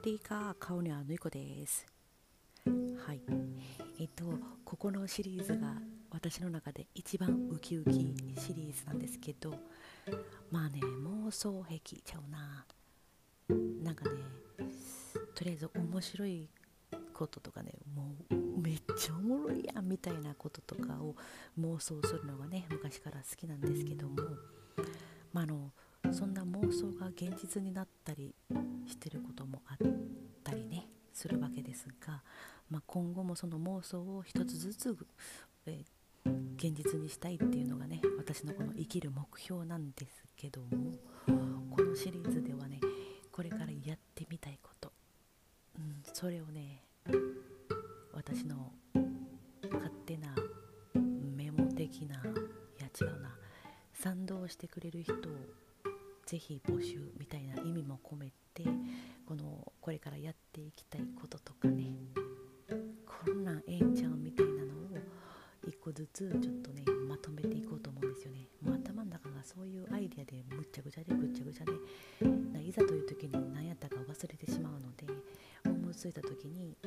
ディーカーカオニャのいこです。はい。ここのシリーズが私の中で一番ウキウキシリーズなんですけど、まあね、妄想癖ちゃうな。なんかね、とりあえず面白いこととかね、もうめっちゃおもろいやんみたいなこととかを妄想するのがね、昔から好きなんですけども、まあそんな妄想が現実になったりしてることもあったりねするわけですが、今後もその妄想を一つずつ、現実にしたいっていうのがね、私のこの生きる目標なんですけども、このシリーズではね、これからやってみたいこと、それをね、私の勝手なメモ的な、いや違うな、賛同してくれる人をぜひ募集みたいな意味も込めて、これからやっていきたいこととかね、こんなんええんちゃうみたいなのを一個ずつちょっとねまとめていこうと思うんですよね。もう頭の中がそういうアイデアでぐっちゃぐちゃでいざという時に何やったか忘れてしまうので、思いついた時に、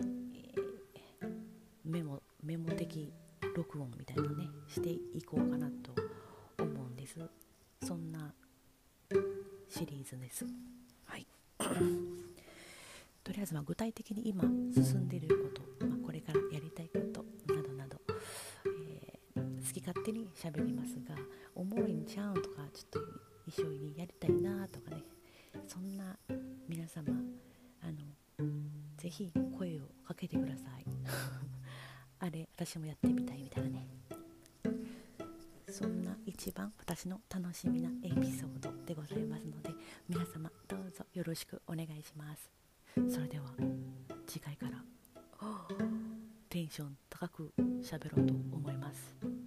メモ的録音みたいなのねしていこうかなと思うんです。そんなシリーズです。はい。とりあえず具体的に今進んでいること、これからやりたいことなどなど、好き勝手に喋りますが、おもろいんちゃうんとか、ちょっと一緒にやりたいなとかね、そんな皆様ぜひ声をかけてください。あれ私もやってみたいみたいなね、そんな一番私の楽しみなエピソードでございますので、皆様どうぞよろしくお願いします。それでは次回からテンション高く喋ろうと思います。